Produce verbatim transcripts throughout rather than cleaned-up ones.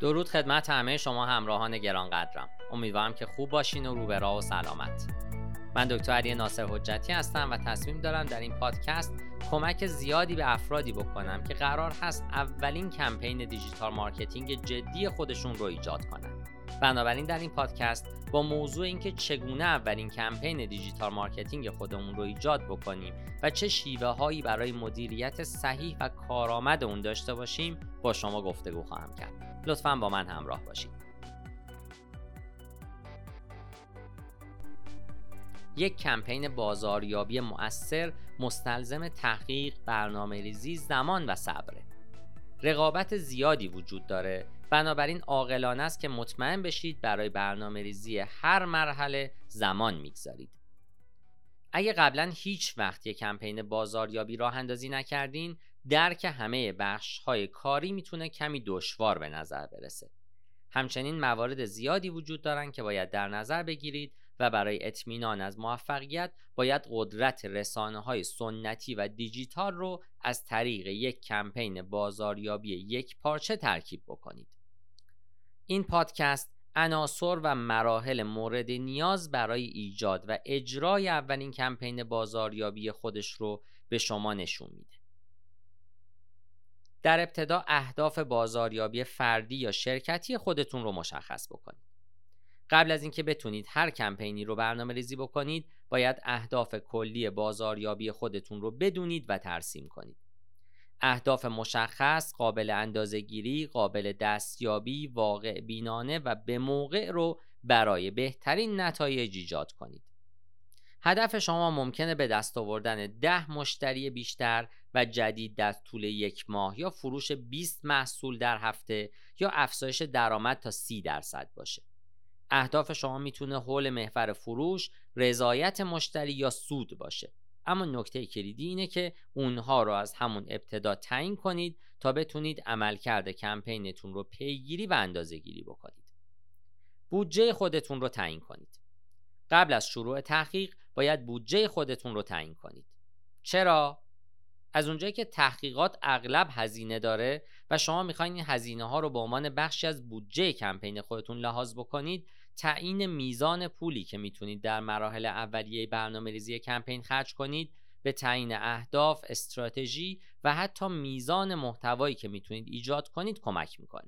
درود خدمت همه شما همراهان گرانقدرم. امیدوارم که خوب باشین و رو به راه و سلامت. من دکتر علی ناصر حجتی هستم و تصمیم دارم در این پادکست کمک زیادی به افرادی بکنم که قرار هست اولین کمپین دیجیتال مارکتینگ جدی خودشون رو ایجاد کنن. بنابراین در این پادکست با موضوع اینکه چگونه اولین کمپین دیجیتال مارکتینگ خودمون رو ایجاد بکنیم و چه شیوه هایی برای مدیریت صحیح و کارآمد اون داشته باشیم با شما گفتگو خواهم کرد. لطفاً با من همراه باشید. یک کمپین بازاریابی مؤثر مستلزم تحقیق، برنامه‌ریزی، زمان و صبره. رقابت زیادی وجود داره، بنابراین عاقلانه است که مطمئن بشید برای برنامه‌ریزی هر مرحله زمان میگذارید. اگه قبلا هیچ وقت یک کمپین بازاریابی راه اندازی نکردین، درک همه بخش‌های کاری میتونه کمی دشوار به نظر برسه. همچنین موارد زیادی وجود دارن که باید در نظر بگیرید و برای اطمینان از موفقیت باید قدرت رسانه‌های سنتی و دیجیتال رو از طریق یک کمپین بازاریابی یک پارچه ترکیب بکنید. این پادکست عناصر و مراحل مورد نیاز برای ایجاد و اجرای اولین کمپین بازاریابی خودش رو به شما نشون میده. در ابتدا اهداف بازاریابی فردی یا شرکتی خودتون رو مشخص بکنید. قبل از اینکه بتونید هر کمپینی رو برنامه‌ریزی بکنید، باید اهداف کلی بازاریابی خودتون رو بدونید و ترسیم کنید. اهداف مشخص، قابل اندازه‌گیری، قابل دستیابی، واقع بینانه و به موقع رو برای بهترین نتایج ایجاد کنید. هدف شما ممکنه به دست آوردن ده مشتری بیشتر و جدید در طول یک ماه یا فروش بیست محصول در هفته یا افزایش درآمد تا سی درصد باشه. اهداف شما میتونه حول محور فروش، رضایت مشتری یا سود باشه. اما نکته کلیدی اینه که اونها رو از همون ابتدا تعیین کنید تا بتونید عملکرد کمپینتون رو پیگیری و اندازه‌گیری بکنید. بودجه خودتون رو تعیین کنید. قبل از شروع تحقیق باید بودجه خودتون رو تعیین کنید. چرا؟ از اونجایی که تحقیقات اغلب هزینه داره و شما میخواین این هزینه ها رو به عنوان بخشی از بودجه کمپین خودتون لحاظ بکنید، تعیین میزان پولی که میتونید در مراحل اولیه برنامه‌ریزی کمپین خرج کنید به تعیین اهداف، استراتژی و حتی میزان محتوایی که میتونید ایجاد کنید کمک میکنه.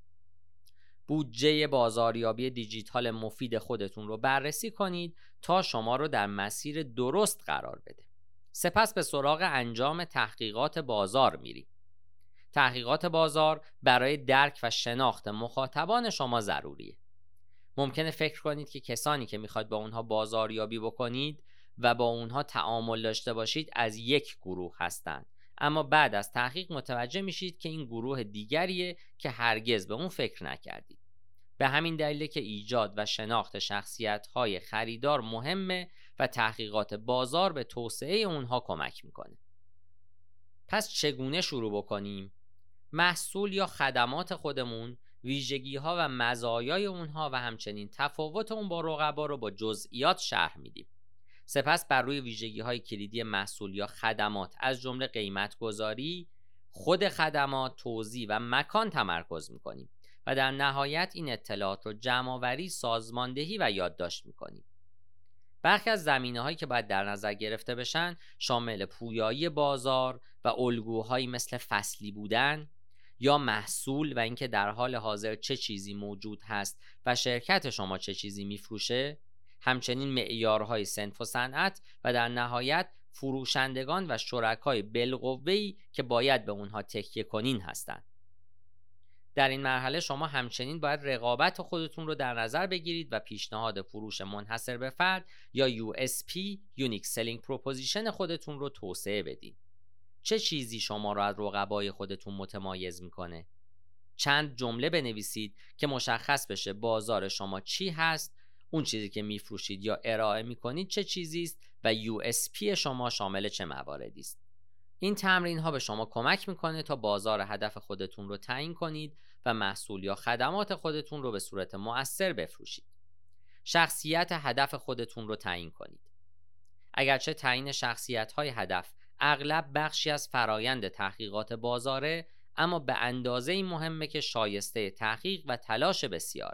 بودجه بازاریابی دیجیتال مفید خودتون رو بررسی کنید تا شما رو در مسیر درست قرار بده. سپس به سراغ انجام تحقیقات بازار میریم. تحقیقات بازار برای درک و شناخت مخاطبان شما ضروریه. ممکنه فکر کنید که کسانی که میخواید با اونها بازاریابی بکنید و با اونها تعامل داشته باشید از یک گروه هستند، اما بعد از تحقیق متوجه میشید که این گروه دیگریه که هرگز به اون فکر نکردید. به همین دلیله که ایجاد و شناخت شخصیت‌های خریدار مهمه و تحقیقات بازار به توسعه اونها کمک میکنه. پس چگونه شروع بکنیم؟ محصول یا خدمات خودمون، ویژگی‌ها و مزایای اونها و همچنین تفاوت اون با رقبا رو با جزئیات شرح میدیم. سپس بر روی ویژگی‌های کلیدی محصول یا خدمات از جمله قیمت گذاری، خود خدمات، توزیع و مکان تمرکز میکنیم و در نهایت این اطلاعات رو جمع‌آوری، سازماندهی و یادداشت میکنیم. برخی از زمینه‌هایی که باید در نظر گرفته بشن شامل پویایی بازار و الگوهایی مثل فصلی بودن یا محصول و اینکه در حال حاضر چه چیزی موجود هست و شرکت شما چه چیزی میفروشه، همچنین معیارهای صنف و صنعت و در نهایت فروشندگان و شرکای بالقوه‌ای که باید به اونها تکیه کنین هستند. در این مرحله شما همچنین باید رقابت خودتون رو در نظر بگیرید و پیشنهاد فروش منحصر به فرد یا یو اس پی Unique Selling Proposition خودتون رو توسعه بدید. چه چیزی شما رو از رقبای خودتون متمایز میکنه؟ چند جمله بنویسید که مشخص بشه بازار شما چی هست، اون چیزی که میفروشید یا ارائه میکنید چه چیزی است و یو اس پی شما شامل چه مواردی است. این تمرین ها به شما کمک میکنه تا بازار هدف خودتون رو تعیین کنید و محصول یا خدمات خودتون رو به صورت مؤثر بفروشید. شخصیت هدف خودتون رو تعیین کنید. اگرچه تعیین شخصیت های هدف اغلب بخشی از فرایند تحقیقات بازاره، اما به اندازه‌ای مهمه که شایسته تحقیق و تلاش بسیاره.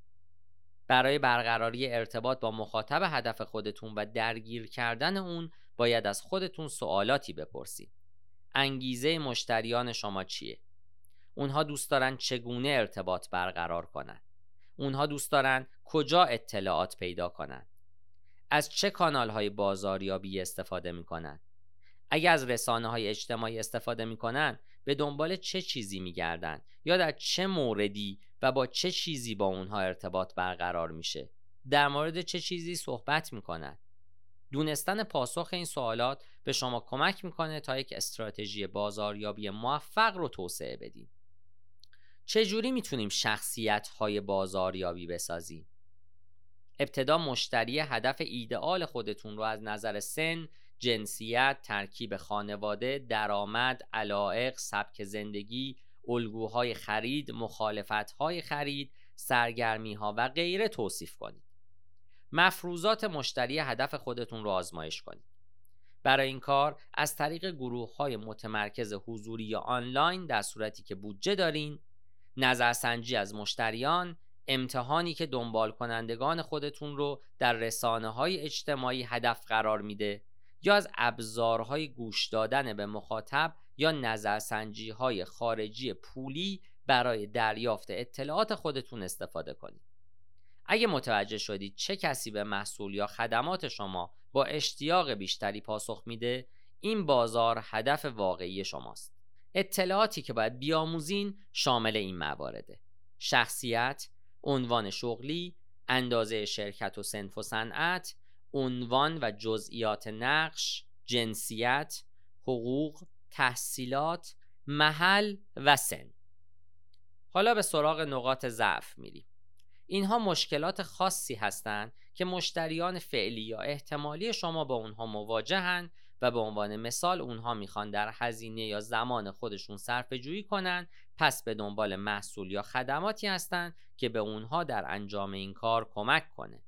برای برقراری ارتباط با مخاطب هدف خودتون و درگیر کردن اون باید از خودتون سوالاتی بپرسید. انگیزه مشتریان شما چیه؟ اونها دوست دارن چگونه ارتباط برقرار کنن؟ اونها دوست دارن کجا اطلاعات پیدا کنن؟ از چه کانال‌های بازاریابی استفاده میکنن؟ اگر از رسانه‌های اجتماعی استفاده میکنن به دنبال چه چیزی میگردن یا در چه موردی و با چه چیزی با اونها ارتباط برقرار میشه؟ در مورد چه چیزی صحبت میکنن؟ دونستن پاسخ این سوالات به شما کمک میکنه تا یک استراتژی بازاریابی موفق رو توسعه بدین. چجوری میتونیم شخصیت‌های بازاریابی بسازیم؟ ابتدا مشتری هدف ایدئال خودتون رو از نظر سن، جنسیت، ترکیب خانواده، درآمد، علایق، سبک زندگی، الگوهای خرید، مخالفت‌های خرید، سرگرمی‌ها و غیره توصیف کنید. مفروضات مشتری هدف خودتون رو آزمایش کنید. برای این کار از طریق گروه‌های متمرکز حضوری یا آنلاین در صورتی که بودجه دارین، نظرسنجی از مشتریان، امتحانی که دنبال کنندگان خودتون رو در رسانه‌های اجتماعی هدف قرار میده، یا از ابزارهای گوش دادن به مخاطب یا نظرسنجی‌های خارجی پولی برای دریافت اطلاعات خودتون استفاده کنید. اگه متوجه شدید چه کسی به محصول یا خدمات شما با اشتیاق بیشتری پاسخ میده، این بازار هدف واقعی شماست. اطلاعاتی که باید بیاموزین شامل این موارده: شخصیت، عنوان شغلی، اندازه شرکت و صنف و صنعت، عنوان و جزئیات نقش، جنسیت، حقوق، تحصیلات، محل و سن. حالا به سراغ نقاط ضعف میریم. اینها مشکلات خاصی هستند که مشتریان فعلی یا احتمالی شما با اونها مواجهن و به عنوان مثال اونها میخوان در هزینه یا زمان خودشون صرفه جویی کنن، پس به دنبال محصول یا خدماتی هستن که به اونها در انجام این کار کمک کنه.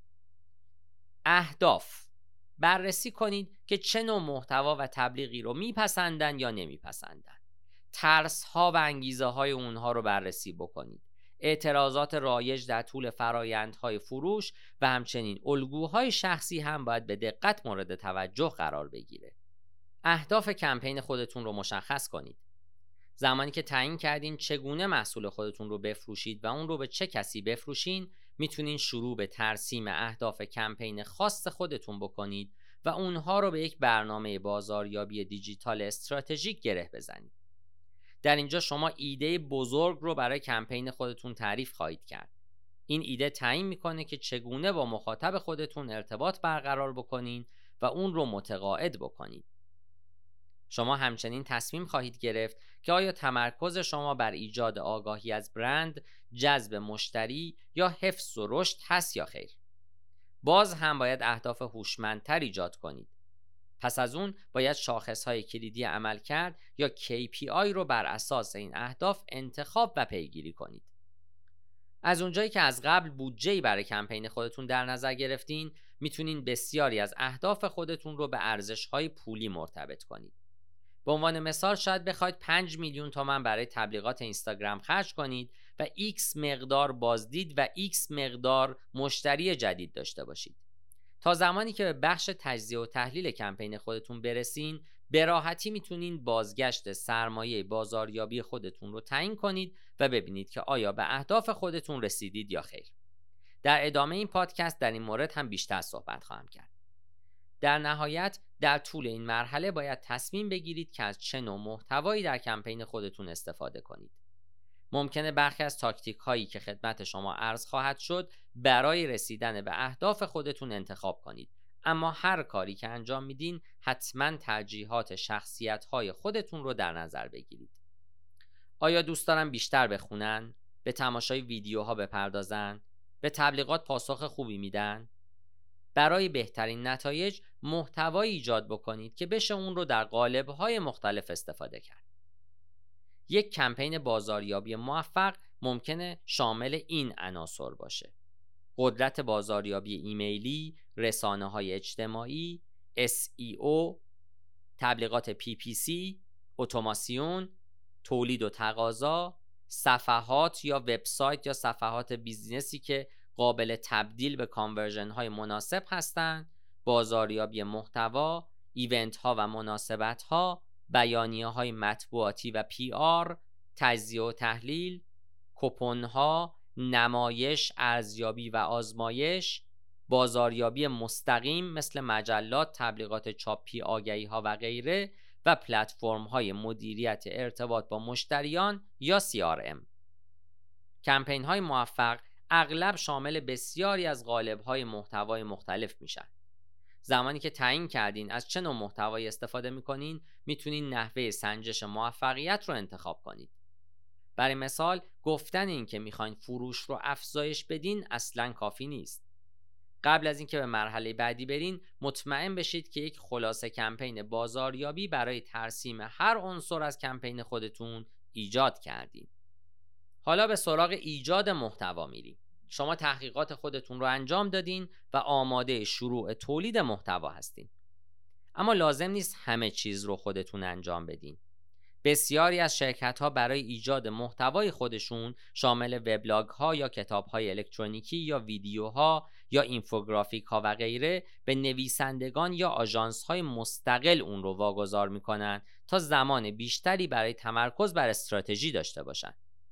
اهداف: بررسی کنید که چه نوع محتوا و تبلیغی رو میپسندن یا نمیپسندن. ترس ها و انگیزه های اونها رو بررسی بکنید. اعتراضات رایج در طول فرایندهای فروش و همچنین الگوهای شخصی هم باید به دقت مورد توجه قرار بگیره. اهداف کمپین خودتون رو مشخص کنید. زمانی که تعیین کردین چگونه محصول خودتون رو بفروشید و اون رو به چه کسی بفروشین، میتونین شروع به ترسیم اهداف کمپین خاص خودتون بکنید و اونها رو به یک برنامه بازاریابی دیجیتال استراتژیک گره بزنید. در اینجا شما ایده بزرگ رو برای کمپین خودتون تعریف خواهید کرد. این ایده تعیین میکنه که چگونه با مخاطب خودتون ارتباط برقرار بکنین و اون رو متقاعد بکنید. شما همچنین تصمیم خواهید گرفت که آیا تمرکز شما بر ایجاد آگاهی از برند، جذب مشتری یا حفظ و رشد هست یا خیر. باز هم باید اهداف هوشمندتر ایجاد کنید. پس از اون باید شاخصهای کلیدی عملکرد یا کی پی آی رو بر اساس این اهداف انتخاب و پیگیری کنید. از اونجایی که از قبل بودجه‌ای برای کمپین خودتون در نظر گرفتین، میتونین بسیاری از اهداف خودتون رو به ارزش‌های پولی مرتبط کنید. به عنوان مثال شاید بخواید پنج میلیون تومان برای تبلیغات اینستاگرام خرج کنید و X مقدار بازدید و X مقدار مشتری جدید داشته باشید. تا زمانی که به بخش تجزیه و تحلیل کمپین خودتون برسین، به راحتی میتونین بازگشت سرمایه بازاریابی خودتون رو تعیین کنید و ببینید که آیا به اهداف خودتون رسیدید یا خیر. در ادامه این پادکست در این مورد هم بیشتر صحبت خواهم کرد. در نهایت در طول این مرحله باید تصمیم بگیرید که از چه نوع محتوایی در کمپین خودتون استفاده کنید. ممکنه برخی از تاکتیک هایی که خدمت شما عرض خواهد شد برای رسیدن به اهداف خودتون انتخاب کنید، اما هر کاری که انجام میدین حتما ترجیحات شخصیت های خودتون رو در نظر بگیرید. آیا دوست دارن بیشتر بخونن؟ به تماشای ویدیوها بپردازن؟ به تبلیغات پاسخ خوبی میدن؟ برای بهترین نتایج محتوایی ایجاد بکنید که بشه اون رو در قالب‌های مختلف استفاده کرد. یک کمپین بازاریابی موفق ممکنه شامل این عناصر باشه: قدرت بازاریابی ایمیلی، رسانه‌های اجتماعی، اس ای او، تبلیغات پی پی سی، اتوماسیون، تولید و تقاضا، صفحات یا وبسایت یا صفحات بیزینسی که قابل تبدیل به کانورژن های مناسب هستند، بازاریابی محتوا، ایونت ها و مناسبت ها، بیانیه های مطبوعاتی و پی آر، تجزیه و تحلیل، کوپن ها، نمایش، ارزیابی و آزمایش، بازاریابی مستقیم مثل مجلات، تبلیغات چاپی، آگهی ها و غیره و پلتفرم های مدیریت ارتباط با مشتریان یا سی آر ام. کمپین های موفق اغلب شامل بسیاری از قالب های محتوای مختلف میشن. زمانی که تعیین کردین از چه نوع محتوایی استفاده میکنین، میتونین نحوه سنجش موفقیت رو انتخاب کنید. برای مثال، گفتن این که میخواین فروش رو افزایش بدین اصلاً کافی نیست. قبل از اینکه به مرحله بعدی برین، مطمئن بشید که یک خلاصه کمپین بازاریابی برای ترسیم هر عنصر از کمپین خودتون ایجاد کردین. حالا به سراغ ایجاد محتوا میریم. شما تحقیقات خودتون رو انجام دادین و آماده شروع تولید محتوا هستین. اما لازم نیست همه چیز رو خودتون انجام بدین. بسیاری از شرکت‌ها برای ایجاد محتوای خودشون شامل وبلاگ ها یا کتاب‌های الکترونیکی یا ویدیوها یا اینفوگرافیک ها و غیره به نویسندگان یا آژانس‌های مستقل اون رو واگذار می‌کنن تا زمان بیشتری برای تمرکز بر استراتژی داشته باشن.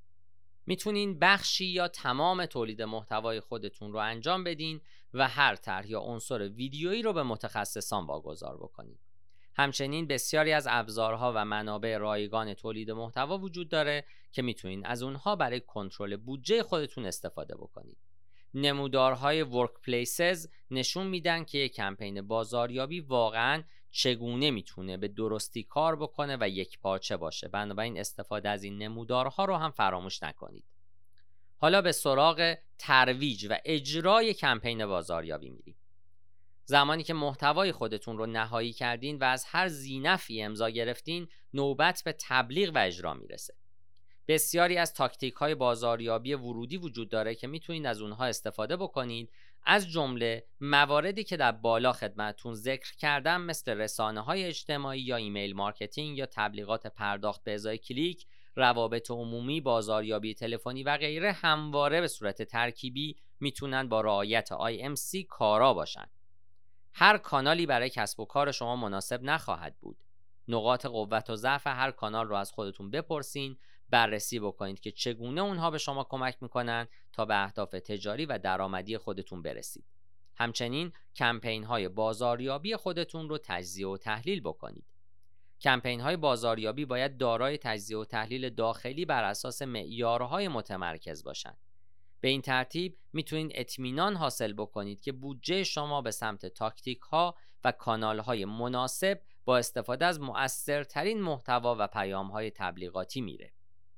میتونین بخشی یا تمام تولید محتوای خودتون رو انجام بدین و هر طرح یا عنصر ویدیویی رو به متخصصان واگذار بکنید. همچنین بسیاری از ابزارها و منابع رایگان تولید محتوا وجود داره که میتونین از اونها برای کنترل بودجه خودتون استفاده بکنید. نمودارهای ورک پلیسز نشون میدن که یک کمپین بازاریابی واقعاً چگونه میتونه به درستی کار بکنه و یک پارچه باشه. بنابراین استفاده از این نمودارها رو هم فراموش نکنید. حالا به سراغ ترویج و اجرای کمپین بازاریابی میریم. زمانی که محتوای خودتون رو نهایی کردین و از هر ذینفعی امضا گرفتین، نوبت به تبلیغ و اجرا میرسه. بسیاری از تاکتیک های بازاریابی ورودی وجود داره که میتونید از اونها استفاده بکنید، از جمله مواردی که در بالا خدمتتون ذکر کردم مثل رسانه های اجتماعی یا ایمیل مارکتینگ یا تبلیغات پرداخت به ازای کلیک، روابط عمومی، بازاریابی تلفنی و غیره همواره به صورت ترکیبی میتونن با رعایت آی ام سی کارا باشن. هر کانالی برای کسب و کار شما مناسب نخواهد بود. نقاط قوت و ضعف هر کانال رو از خودتون بپرسین، بررسی بکنید که چگونه اونها به شما کمک میکنن تا به اهداف تجاری و درآمدی خودتون برسید. همچنین کمپین های بازاریابی خودتون رو تجزیه و تحلیل بکنید. کمپین های بازاریابی باید دارای تجزیه و تحلیل داخلی بر اساس معیارهای متمرکز باشند. به این ترتیب میتونید اطمینان حاصل بکنید که بودجه شما به سمت تاکتیک ها و کانال های مناسب با استفاده از مؤثرترین محتوا و پیام های تبلیغاتی میره.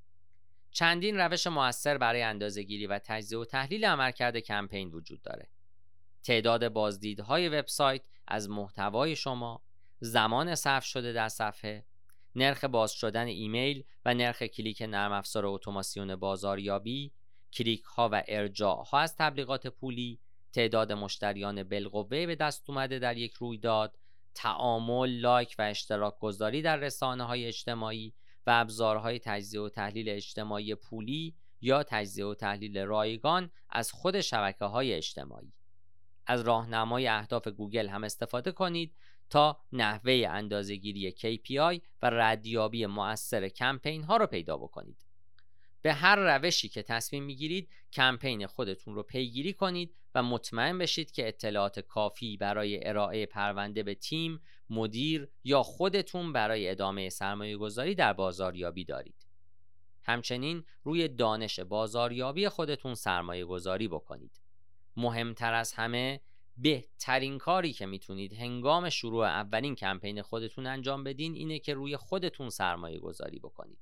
چندین روش مؤثر برای اندازه‌گیری و تجزیه و تحلیل عملکرد کمپین وجود داره. تعداد بازدیدهای وبسایت از محتوای شما، زمان صرف شده در صفحه، نرخ باز شدن ایمیل و نرخ کلیک نرم افزار اتوماسیون بازاریابی، کلیک ها و ارجاع ها از تبلیغات پولی، تعداد مشتریان بالقوه به دست اومده در یک رویداد، تعامل، لایک و اشتراک گذاری در رسانه های اجتماعی و ابزارهای تجزیه و تحلیل اجتماعی پولی یا تجزیه و تحلیل رایگان از خود شبکه‌های اجتماعی. از راهنمای اهداف گوگل هم استفاده کنید تا نحوه اندازه‌گیری کی پی آی و ردیابی مؤثر کمپین ها رو پیدا بکنید. به هر روشی که تصمیم میگیرید کمپین خودتون رو پیگیری کنید و مطمئن بشید که اطلاعات کافی برای ارائه پرونده به تیم، مدیر یا خودتون برای ادامه سرمایه گذاری در بازاریابی دارید. همچنین روی دانش بازاریابی خودتون سرمایه گذاری بکنید. مهمتر از همه، بهترین کاری که میتونید هنگام شروع اولین کمپین خودتون انجام بدین اینه که روی خودتون سرمایه گذاری بکنید.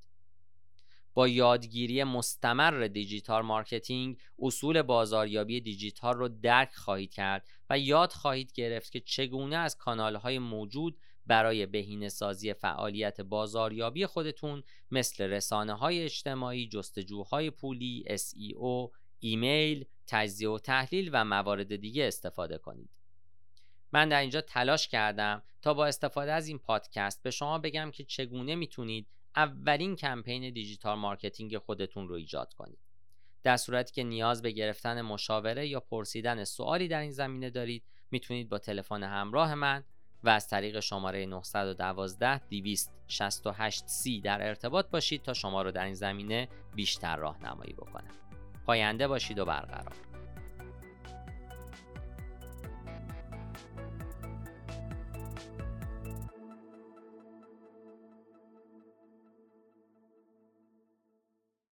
با یادگیری مستمر دیجیتال مارکتینگ، اصول بازاریابی دیجیتال رو درک خواهید کرد و یاد خواهید گرفت که چگونه از کانال‌های موجود برای بهینه‌سازی فعالیت بازاریابی خودتون مثل رسانه‌های اجتماعی، جستجوهای پولی، اس ای او، ایمیل، تجزیه و تحلیل و موارد دیگه استفاده کنید. من در اینجا تلاش کردم تا با استفاده از این پادکست به شما بگم که چگونه میتونید اولین کمپین دیجیتال مارکتینگ خودتون رو ایجاد کنید. در صورتی که نیاز به گرفتن مشاوره یا پرسیدن سوالی در این زمینه دارید، میتونید با تلفن همراه من و از طریق شماره نه یک یک دو شش هشت سی در ارتباط باشید تا شما رو در این زمینه بیشتر راهنمایی بکنم. پاینده باشید و برقرار.